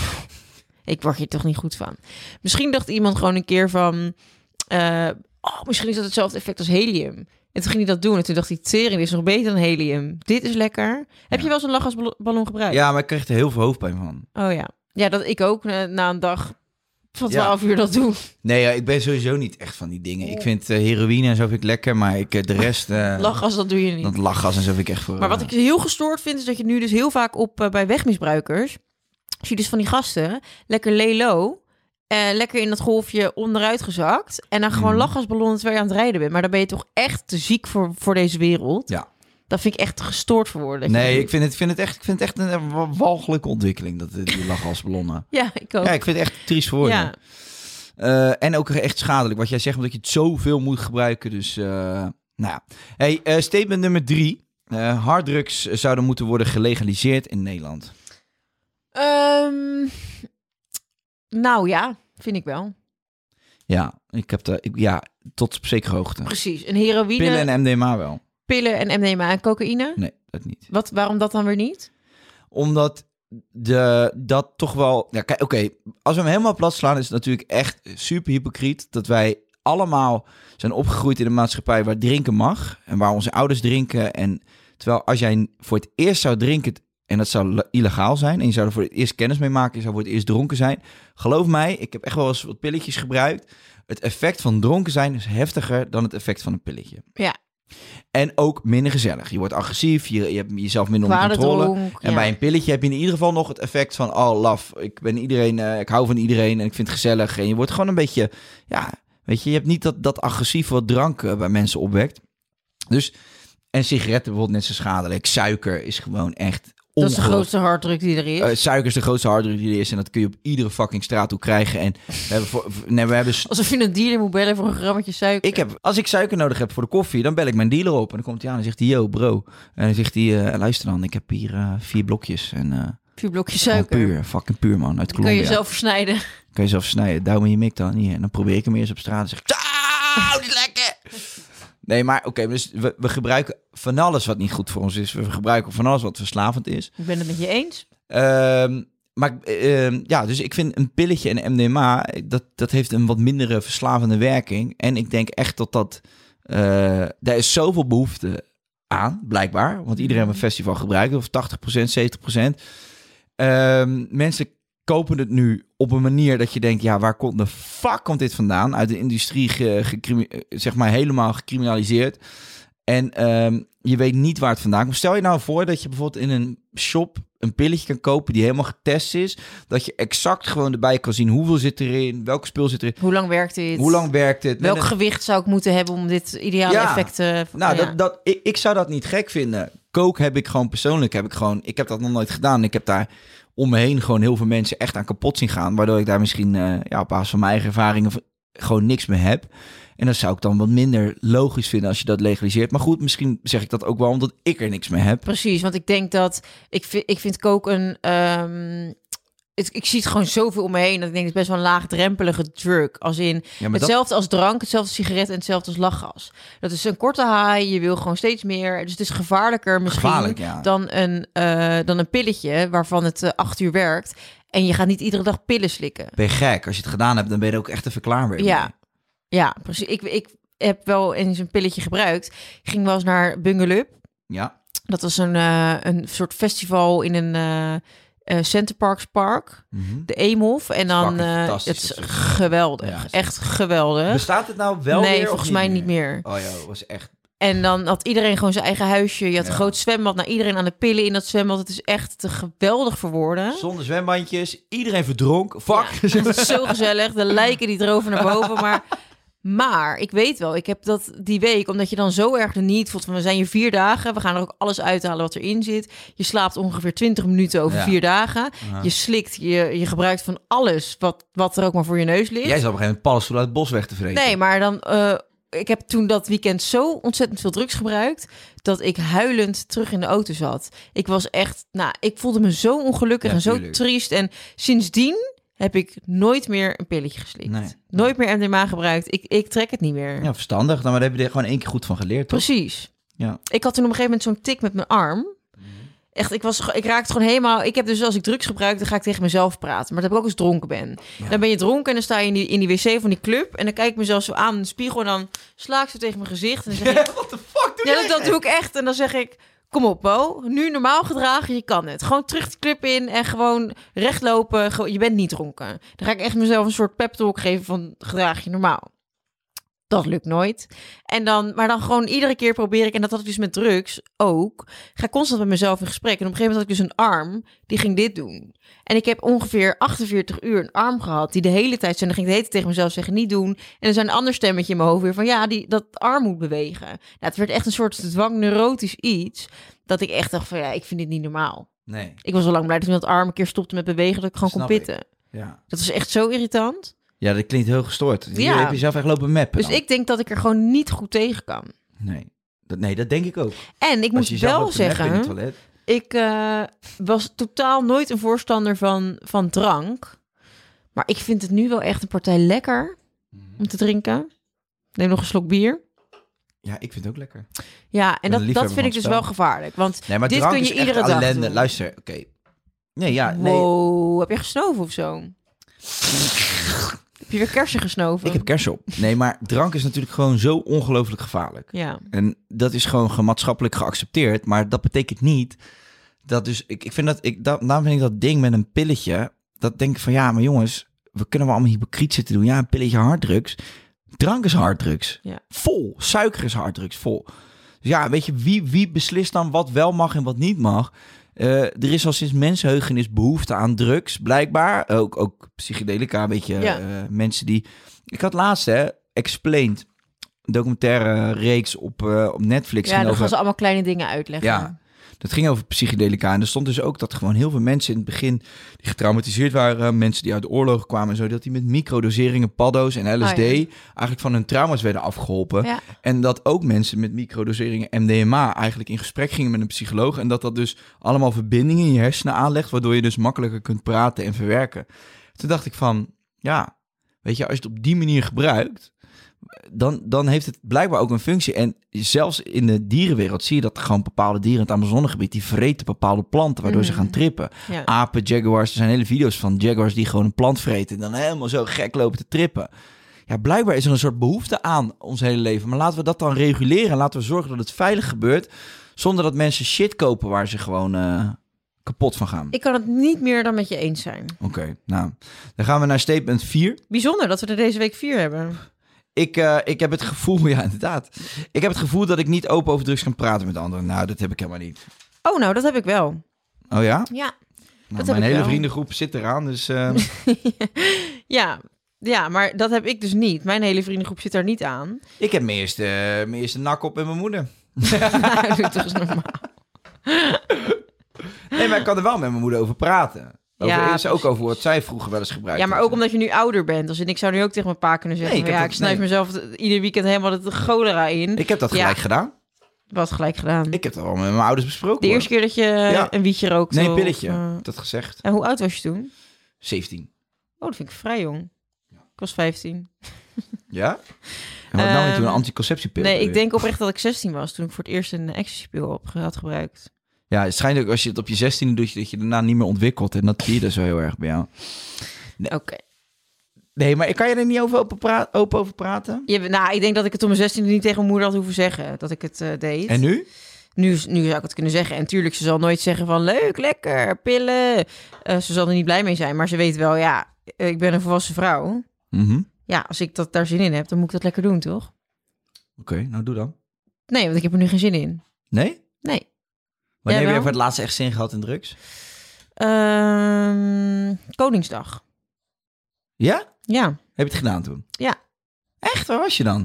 Ik word hier toch niet goed van. Misschien dacht iemand gewoon een keer van... eh, oh, misschien is dat hetzelfde effect als helium. En toen ging hij dat doen. En toen dacht hij, tering, dit is nog beter dan helium. Dit is lekker. Heb je wel eens een lachgasballon gebruikt? Ja, maar ik kreeg er heel veel hoofdpijn van. Oh ja. Ja, dat ik ook na, na een dag van Ja. twaalf uur dat doe. Nee, ja, ik ben sowieso niet echt van die dingen. Ik vind eh, heroïne en zo vind ik lekker, maar ik, eh, de rest... eh, Lachgas, dat doe je niet. Dat lachgas en zo vind ik echt voor... Maar wat eh, ik heel gestoord vind, is dat je nu dus heel vaak op uh, bij wegmisbruikers... zie je dus van die gasten lekker lay low... Uh, lekker in dat golfje onderuit gezakt... en dan gewoon Mm. lachgasballonnen terwijl je aan het rijden bent. Maar dan ben je toch echt te ziek voor, voor deze wereld. Ja. Dat vind ik echt gestoord voor woorden. dat je Nee, dat ik vind, het, vind het echt, ik vind het echt een eh, wa- walgelijke ontwikkeling, dat, eh, die lachgasballonnen. doet. Ja, ik ook. Ja, ik vind het echt triest voor woorden. Ja. Eh, en ook echt schadelijk, wat jij zegt, omdat je het zoveel moet gebruiken. Dus, uh, nou ja. Hey, uh, statement nummer drie. Uh, harddrugs zouden moeten worden gelegaliseerd in Nederland. Um, nou ja, vind ik wel. Ja, ik heb de, ik, ja, tot op zekere hoogte. Precies. Een heroïne, Pillen en M D M A wel. pillen en M D M A en cocaïne. Nee, dat niet. Wat, waarom dat dan weer niet? Omdat de, dat toch wel... Ja, kijk, oké, als we hem helemaal plat slaan, is het natuurlijk echt super hypocriet dat wij allemaal zijn opgegroeid in een maatschappij waar drinken mag en waar onze ouders drinken. En terwijl als jij voor het eerst zou drinken en dat zou le- illegaal zijn en je zou er voor het eerst kennis mee maken, je zou voor het eerst dronken zijn. Geloof mij, ik heb echt wel eens wat pilletjes gebruikt. Het effect van dronken zijn is heftiger dan het effect van een pilletje. Ja. En ook minder gezellig. Je wordt agressief, je, je hebt jezelf minder onder Kwade controle. dronk, En ja. bij een pilletje heb je in ieder geval nog het effect van... oh, love, ik ben iedereen, uh, ik hou van iedereen en ik vind het gezellig. En je wordt gewoon een beetje... ja, weet je, je hebt niet dat, dat agressieve wat drank uh, bij mensen opwekt. Dus, en sigaretten bijvoorbeeld net zo schadelijk. Suiker is gewoon echt... Dat is de ongelofelijk. grootste harddruk die er is. Uh, suiker is de grootste harddruk die er is. En dat kun je op iedere fucking straathoek krijgen. En we hebben... Voor, nee, we hebben Alsof je een dealer moet bellen voor een grammetje suiker. ik heb, als ik suiker nodig heb voor de koffie, dan bel ik mijn dealer op. En dan komt hij aan en zegt hij, yo bro. En dan zegt hij, uh, luister dan, ik heb hier uh, vier blokjes. En uh, Vier blokjes gewoon suiker. puur, fucking puur man, uit Kun Colombia. je zelf versnijden. Kan je zelf snijden, duw me je mik dan hier. En dan probeer ik hem eerst op straat en zeg ik, auw, niet lekker. Nee, maar oké, okay, dus we, we gebruiken van alles wat niet goed voor ons is. We gebruiken van alles wat verslavend is. Ik ben het met je eens. Um, maar uh, ja, dus ik vind een pilletje en M D M A, dat, dat heeft een wat mindere verslavende werking. En ik denk echt dat dat... Uh, daar is zoveel behoefte aan, blijkbaar. Want iedereen op een festival gebruikt, of tachtig procent, zeventig procent. Um, mensen kopen het nu op een manier dat je denkt... ja, waar komt de fuck komt dit vandaan? Uit de industrie, ge, ge, zeg maar, helemaal gecriminaliseerd. En um, je weet niet waar het vandaan komt. Stel je nou voor dat je bijvoorbeeld in een shop een pilletje kan kopen die helemaal getest is. Dat je exact gewoon erbij kan zien hoeveel zit erin, welk spul zit erin. Hoe lang werkt dit? Hoe lang werkt dit? Welk het... gewicht zou ik moeten hebben om dit ideale ja, effect te... Nou, ja. dat, dat, ik, ik zou dat niet gek vinden. Coke heb ik gewoon persoonlijk, heb ik gewoon... Ik heb dat nog nooit gedaan. Ik heb daar om me heen gewoon heel veel mensen echt aan kapot zien gaan. Waardoor ik daar misschien uh, ja, op basis van mijn eigen ervaringen gewoon niks meer heb. En dat zou ik dan wat minder logisch vinden als je dat legaliseert. Maar goed, misschien zeg ik dat ook wel omdat ik er niks mee heb. Precies, want ik denk dat... Ik vind, ik vind coke een... Um, het, ik zie het gewoon zoveel om me heen. Dat ik denk, het is best wel een laagdrempelige drug. Als in ja, hetzelfde dat... als drank, hetzelfde als sigaret en hetzelfde als lachgas. Dat is een korte high, je wil gewoon steeds meer. Dus het is gevaarlijker misschien Gevaarlijk, ja. dan, een, uh, dan een pilletje waarvan het uh, acht uur werkt. En je gaat niet iedere dag pillen slikken. Ben je gek? Als je het gedaan hebt, dan ben je er ook echt even klaar mee. Ja. Ja, precies. Ik, ik heb wel eens een pilletje gebruikt. Ik ging wel eens naar Bungalup. Ja. Dat was een, uh, een soort festival in een uh, uh, Center Parks Park. Mm-hmm. De Eemhof. En dan, uh, het is geweldig. Ja, echt geweldig. Bestaat het nou wel nee, weer? volgens niet mij meer? niet meer. Oh ja, dat was echt... En dan had iedereen gewoon zijn eigen huisje. Je had ja. een groot zwembad. Nou, iedereen aan de pillen in dat zwembad. Het is echt te geweldig voor woorden. Zonder zwembandjes. Iedereen verdronk. Fuck. Ja, het is zo gezellig. De lijken die droven naar boven. Maar... Maar ik weet wel, ik heb dat die week, omdat je dan zo erg de need voelt van we zijn hier vier dagen, we gaan er ook alles uithalen wat erin zit. Je slaapt ongeveer twintig minuten over ja. vier dagen. Uh-huh. Je slikt, je, je gebruikt van alles wat, wat er ook maar voor je neus ligt. Jij zou op een gegeven moment paddenstoel uit het bos weg te vreten. Nee, maar dan, uh, ik heb toen dat weekend zo ontzettend veel drugs gebruikt, dat ik huilend terug in de auto zat. Ik was echt, nou, ik voelde me zo ongelukkig ja, en zo tuurlijk. triest. En sindsdien heb ik nooit meer een pilletje geslikt. Nee. Nooit meer M D M A gebruikt. Ik, ik trek het niet meer. Ja, verstandig. Nou, maar daar heb je er gewoon één keer goed van geleerd, toch? Precies. Ja. Ik had toen op een gegeven moment zo'n tik met mijn arm. Echt, ik, was, ik raakte gewoon helemaal... Ik heb dus als ik drugs gebruik, dan ga ik tegen mezelf praten. Maar dat heb ik ook als dronken ben. Ja. Dan ben je dronken en dan sta je in die, in die wc van die club. En dan kijk ik mezelf zo aan in de spiegel. En dan sla ik zo tegen mijn gezicht. En dan zeg ik... What the fuck doe ja, jij? Dat, dat doe ik echt. En dan zeg ik... Kom op, Bo. Nu normaal gedragen, je kan het. Gewoon terug de club in en gewoon rechtlopen. Je bent niet dronken. Dan ga ik echt mezelf een soort pep talk geven van gedraag je normaal. Dat lukt nooit. En dan, maar dan gewoon iedere keer probeer ik, en dat had ik dus met drugs ook, ga constant met mezelf in gesprek. En op een gegeven moment had ik dus een arm, die ging dit doen. En ik heb ongeveer achtenveertig uur een arm gehad, die de hele tijd zo, en dan ging ik de hele tijd tegen mezelf zeggen, niet doen. En er zijn een ander stemmetje in mijn hoofd weer van, ja, die, dat arm moet bewegen. Nou, het werd echt een soort dwangneurotisch iets, dat ik echt dacht van, ja, ik vind dit niet normaal. Nee. Ik was al lang blij dat ik dat arm een keer stopte met bewegen, dat ik gewoon Snap kon pitten. Ja. Dat is echt zo irritant. Ja, dat klinkt heel gestoord. Hier ja. heb je zelf echt lopen mappen. Dus dan. ik denk dat ik er gewoon niet goed tegen kan. Nee, dat, nee, dat denk ik ook. En ik Als moet wel zeggen, ik uh, was totaal nooit een voorstander van, van drank. Maar ik vind het nu wel echt een partij lekker om te drinken. Neem nog een slok bier. Ja, ik vind het ook lekker. Ja, en dat, dat vind ik dus wel gevaarlijk. Want nee, maar dit kun je iedere dag ellende. doen. Luister, oké. Okay. Nee, ja, nee. Wow, heb je gesnoven of zo? Heb je weer kersen gesnoven? Ik heb kersen op. Nee, maar drank is natuurlijk gewoon zo ongelooflijk gevaarlijk. Ja. En dat is gewoon gemaatschappelijk geaccepteerd. Maar dat betekent niet dat dus... Ik, ik vind dat... Ik, dat daarom vind ik dat ding met een pilletje... Dat denk ik van, ja, maar jongens... We kunnen wel allemaal hypocriet zitten doen. Ja, een pilletje harddrugs. Drank is harddrugs. Ja. Vol. Suiker is harddrugs. Vol. Dus ja, weet je, wie, wie beslist dan wat wel mag en wat niet mag... Uh, er is al sinds mensheugenis behoefte aan drugs, blijkbaar. Ook, ook psychedelica, weet je. Ja. Uh, mensen die... Ik had laatst, hè, Explained. Een documentaire reeks op, uh, op Netflix. Ja, dan over... gaan ze allemaal kleine dingen uitleggen. Ja, dat ging over psychedelica. En er stond dus ook dat gewoon heel veel mensen in het begin... die getraumatiseerd waren, mensen die uit de oorlog kwamen en zo... dat die met microdoseringen, paddo's en L S D... Oh, ja. eigenlijk van hun trauma's werden afgeholpen. Ja. En dat ook mensen met microdoseringen M D M A... eigenlijk in gesprek gingen met een psycholoog... en dat dat dus allemaal verbindingen in je hersenen aanlegt... waardoor je dus makkelijker kunt praten en verwerken. Toen dacht ik van, ja... Weet je, als je het op die manier gebruikt, dan, dan heeft het blijkbaar ook een functie. En zelfs in de dierenwereld zie je dat er gewoon bepaalde dieren in het Amazonegebied, die vreten bepaalde planten, waardoor mm. ze gaan trippen. Ja. Apen, jaguars, er zijn hele video's van jaguars die gewoon een plant vreten en dan helemaal zo gek lopen te trippen. Ja, blijkbaar is er een soort behoefte aan ons hele leven. Maar laten we dat dan reguleren en laten we zorgen dat het veilig gebeurt, zonder dat mensen shit kopen waar ze gewoon uh, kapot van gaan. Ik kan het niet meer dan met je eens zijn. Oké, okay, nou, dan gaan we naar statement vier. Bijzonder dat we er deze week vier hebben. Ik, uh, ik heb het gevoel, ja inderdaad. Ik heb het gevoel dat ik niet open over drugs kan praten met anderen. Nou, dat heb ik helemaal niet. Oh, nou, dat heb ik wel. Oh ja? Ja. Nou, dat mijn heb ik hele wel. vriendengroep zit eraan, dus... Uh... ja, ja, maar dat heb ik dus niet. Mijn hele vriendengroep zit daar niet aan. Ik heb mijn eerste, mijn eerste nak op met mijn moeder. Nou, doe toch eens normaal. Nee, maar ik kan er wel met mijn moeder over praten. Over, Ja, is ook over wat zij vroeger wel eens gebruikt Ja, maar had. ook omdat je nu ouder bent. Dus ik zou nu ook tegen mijn pa kunnen zeggen... Nee, ik ja, heb ik dat- snuif nee. mezelf ieder weekend helemaal de cholera in. Ik heb dat Ja. gelijk gedaan. Wat gelijk gedaan. Ik heb dat al met mijn ouders besproken. De hoor. eerste keer dat je Ja. een wietje rookte? Nee, een of, pilletje. uh, Dat gezegd. En hoe oud was je toen? zeventien. Oh, dat vind ik vrij jong. Ik was vijftien. Ja? En wat nam je Ehm, toen, een anticonceptiepil? Nee, ik denk oprecht dat ik zestien was toen ik voor het eerst een ecstasy-pil op had gebruikt. Ja, het schijnt ook als je het op je zestiende doet, dat je daarna niet meer ontwikkelt. En dat zie je dus zo heel erg bij jou. Nee. Oké. Nee, maar kan je er niet over open, pra- open over praten? Je- Nou, ik denk dat ik het om mijn zestiende niet tegen mijn moeder had hoeven zeggen dat ik het uh, deed. En nu? Nu, nu zou ik het kunnen zeggen. En tuurlijk, ze zal nooit zeggen van leuk, lekker, pillen. Uh, ze zal er niet blij mee zijn. Maar ze weet wel, ja, ik ben een volwassen vrouw. Mhm. Ja, als ik dat daar zin in heb, dan moet ik dat lekker doen, toch? Oké, okay, nou doe dan. Nee, want ik heb er nu geen zin in. Nee? Nee. Wanneer heb wel? je voor het laatst echt zin gehad in drugs? Um, Koningsdag. Ja? Ja. Heb je het gedaan toen? Ja. Echt? Waar was je dan?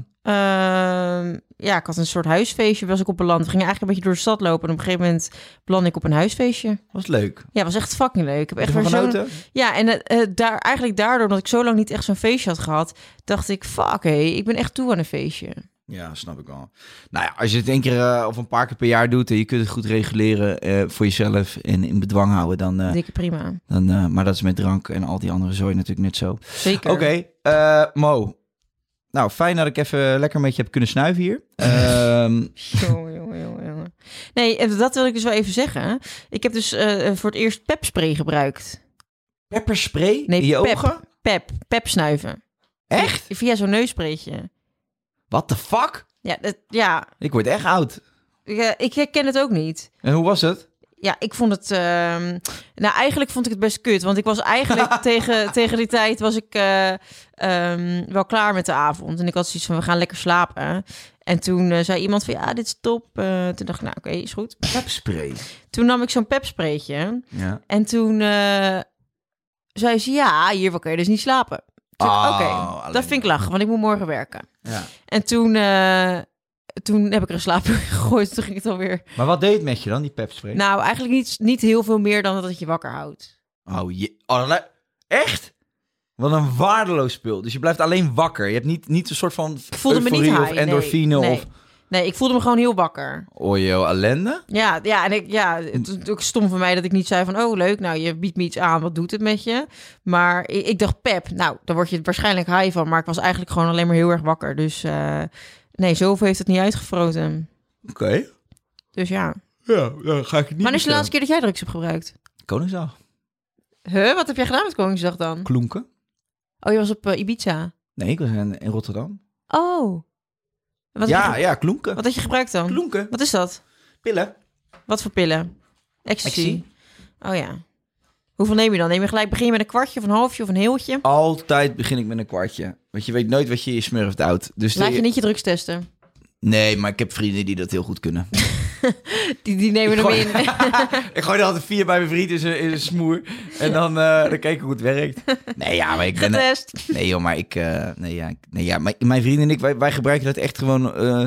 Um, ja, ik had een soort huisfeestje, was ik op beland. We gingen eigenlijk een beetje door de stad lopen. En op een gegeven moment belandde ik op een huisfeestje. Was leuk. Ja, was echt fucking leuk. Ik heb echt Heb je weer ervan zo'n... genoten? Ja, en uh, uh, daar, eigenlijk daardoor, omdat ik zo lang niet echt zo'n feestje had gehad, dacht ik, fuck hé, hey, ik ben echt toe aan een feestje. Ja, snap ik wel. Nou ja, als je het één keer uh, of een paar keer per jaar doet en je kunt het goed reguleren uh, voor jezelf en in bedwang houden, dan... Uh, Dikke prima. dan uh, maar dat is met drank en al die andere zooi natuurlijk net zo. Zeker. Oké, okay, uh, Mo. Nou, fijn dat ik even lekker met je heb kunnen snuiven hier. Um... jongen, jongen, jongen, jongen. Nee, dat wil ik dus wel even zeggen. Ik heb dus uh, voor het eerst pepspray gebruikt. Pepperspray? Nee, in je pep, ogen? Pep, pep snuiven. Echt? Via zo'n neuspreetje. What the fuck? Ja, dat, ja. Ik word echt oud. Ik, ik herken het ook niet. En hoe was het? Ja, ik vond het... Uh, nou, eigenlijk vond ik het best kut. Want ik was eigenlijk tegen, tegen die tijd... was ik uh, um, wel klaar met de avond. En ik had zoiets van, we gaan lekker slapen. En toen uh, zei iemand van, ja, dit is top. Uh, toen dacht ik, nou, oké, okay, is goed. Pepspray? Toen nam ik zo'n pepspraytje. Ja. En toen uh, zei ze, ja, hier kun je dus niet slapen. Oh, oké, okay, dat vind ik lachen, want ik moet morgen werken. Ja. En toen... Uh, Toen heb ik er een slaap gegooid, toen ging het alweer. Maar wat deed het met je dan, die pepspray? Nou, eigenlijk niet, niet heel veel meer dan dat het je wakker houdt. Oh, je... oh echt? Wat een waardeloos spul. Dus je blijft alleen wakker. Je hebt niet, niet een soort van ik voelde me niet high, of endorfine nee, nee. of... Nee, ik voelde me gewoon heel wakker. Oh joh, ellende? Ja, ja, en ik, ja, het is ook stom van mij dat ik niet zei van... oh, leuk, nou, je biedt me iets aan, wat doet het met je? Maar ik, ik dacht, pep, nou, dan word je waarschijnlijk high van. Maar ik was eigenlijk gewoon alleen maar heel erg wakker. Dus uh, nee, zoveel heeft het niet uitgefroten. Oké. Okay. Dus ja. Ja, dan ga ik het niet. Wanneer is de laatste keer dat jij drugs hebt gebruikt? Koningsdag. Huh, wat heb jij gedaan met Koningsdag dan? Klonken. Oh, je was op uh, Ibiza? Nee, ik was in, in Rotterdam. Oh. Wat ja, je, ja, klonken. Wat had je gebruikt dan? Klonken. Wat is dat? Pillen. Wat voor pillen? Ecstasy. Ecstasy. Oh ja. Hoeveel neem je dan? Neem je gelijk, begin je met een kwartje of een halfje of een heeltje? Altijd begin ik met een kwartje. Want je weet nooit wat je je smurft houdt. Dus Laat de... je niet je drugs testen? Nee, maar ik heb vrienden die dat heel goed kunnen. die, die nemen ik hem gooi... in. ik gooi er altijd vier bij mijn vriend in zijn, in zijn smoer. En dan, uh, dan kijk ik hoe het werkt. Nee, ja, maar ik ben... Getest. Nee joh, maar ik... Uh, nee, ja, ik... nee, ja, maar mijn vrienden en ik, wij, wij gebruiken dat echt gewoon uh,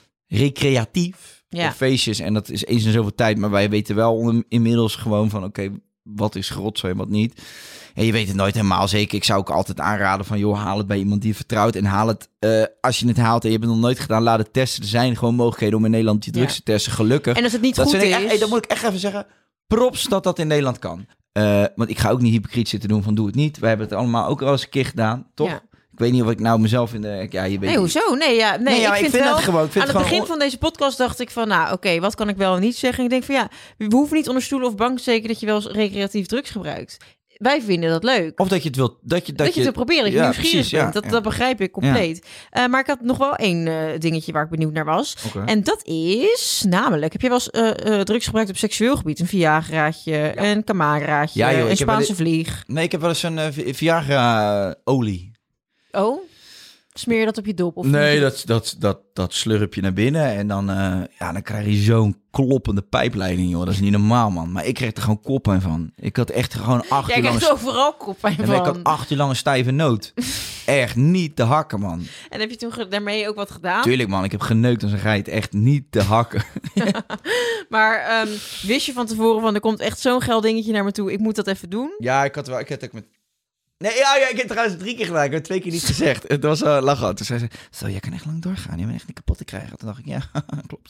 recreatief. Ja. Op feestjes. En dat is eens in zoveel tijd. Maar wij weten wel inmiddels gewoon van... Oké, okay, wat is grotzooi en wat niet. En je weet het nooit helemaal zeker. Ik zou ook altijd aanraden van... joh, haal het bij iemand die je vertrouwt. En haal het... Uh, als je het haalt en je hebt het nog nooit gedaan... laat het testen. Er zijn gewoon mogelijkheden om in Nederland je drugs ja. te testen. Gelukkig. En als het niet dat goed is... Echt, hey, dan moet ik echt even zeggen... props dat dat in Nederland kan. Uh, want ik ga ook niet hypocriet zitten doen van... doe het niet. Wij hebben het allemaal ook al eens een keer gedaan. Toch? Ja. Ik weet niet of ik nou mezelf in de... Ja, je weet Nee, hoezo? Nee, ja, nee, Nee, ja, ik, ik vind vind wel... het gewoon- ik vind aan het het begin gewoon- van deze podcast dacht ik van... Nou, oké, wat kan ik wel en niet zeggen? Ik denk van ja, we hoeven niet onder stoelen of bank te steken... dat je wel eens recreatief drugs gebruikt. Wij vinden dat leuk. Of dat je het wilt... Dat je, dat Dat, je het wil proberen, dat je Ja, nieuwsgierig precies, ja, bent. Dat, ja. dat begrijp ik compleet. Uh, maar ik had nog wel één uh, dingetje waar ik benieuwd naar was. Oké. En dat is namelijk... Heb je wel eens uh, uh, drugs gebruikt op seksueel gebied? Een Viagraatje, een Camaraatje, Ja, joh, ik een heb wel Spaanse eens- vlieg. Nee, ik heb wel eens een uh, Vi- Viagra-olie. Oh? Smeer je dat op je dop? Of Nee, niet? dat, dat, dat, dat slurp je naar binnen en dan, uh, ja, dan krijg je zo'n kloppende pijpleiding, joh. Dat is niet normaal, man. Maar ik kreeg er gewoon koppijn van. Ik had echt gewoon acht Jij uur lang... krijgt overal koppijn Ja, van. maar ik had acht uur lang een stijve noot. Echt niet te hakken, man. En heb je toen ge- daarmee ook wat gedaan? Tuurlijk, man. Ik heb geneukt als een geit. Echt niet te hakken. Maar um, wist je van tevoren van... er komt echt zo'n geil dingetje naar me toe. Ik moet dat even doen. Ja, ik had wel... Ik had ook met... Nee, ja, ja, ik heb trouwens drie keer gedaan. Ik heb het twee keer niet gezegd. Het was uh, lachen. Toen zei ze, zo, jij kan echt lang doorgaan. Je bent echt niet kapot te krijgen. Toen dacht ik, ja, klopt.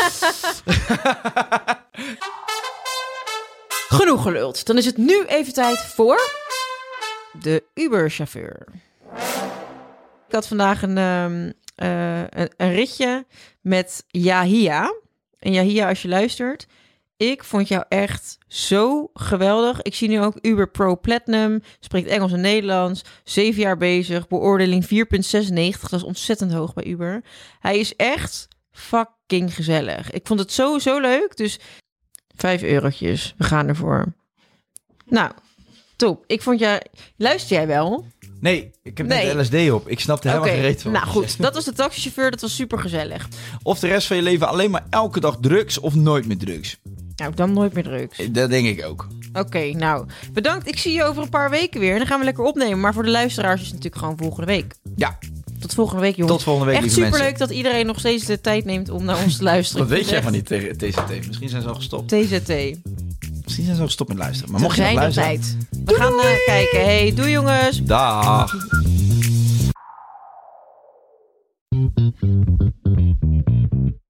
Genoeg geluld. Dan is het nu even tijd voor... de Uber-chauffeur. Ik had vandaag een, um, uh, een, een ritje met Yahia. En Yahia, als je luistert... Ik vond jou echt zo geweldig. Ik zie nu ook Uber Pro Platinum. Spreekt Engels en Nederlands. Zeven jaar bezig. Beoordeling vier komma zesennegentig. Dat is ontzettend hoog bij Uber. Hij is echt fucking gezellig. Ik vond het zo, zo leuk. Dus vijf eurotjes. We gaan ervoor. Nou, top. Ik vond jij... Luister jij wel? Nee, ik heb Nee. net L S D op. Ik snapte helemaal Oké, geen reet van. nou goed. Dat was de taxichauffeur. Dat was super gezellig. Of de rest van je leven alleen maar elke dag drugs of nooit meer drugs. Nou, dan nooit meer drugs. Dat denk ik ook. Oké, okay, nou, bedankt. Ik zie je over een paar weken weer. En dan gaan we lekker opnemen. Maar voor de luisteraars is het natuurlijk gewoon volgende week. Ja. Tot volgende week, jongens. Tot volgende week, Echt lieve superleuk mensen. dat iedereen nog steeds de tijd neemt om naar ons te luisteren. Dat weet je helemaal niet tegen T Z T. Misschien zijn ze al gestopt. T Z T. Misschien zijn ze al gestopt met luisteren. Maar Ze mocht je nog zijn op luisteren... tijd. We gaan uh, kijken. Hey, doei jongens. Dag.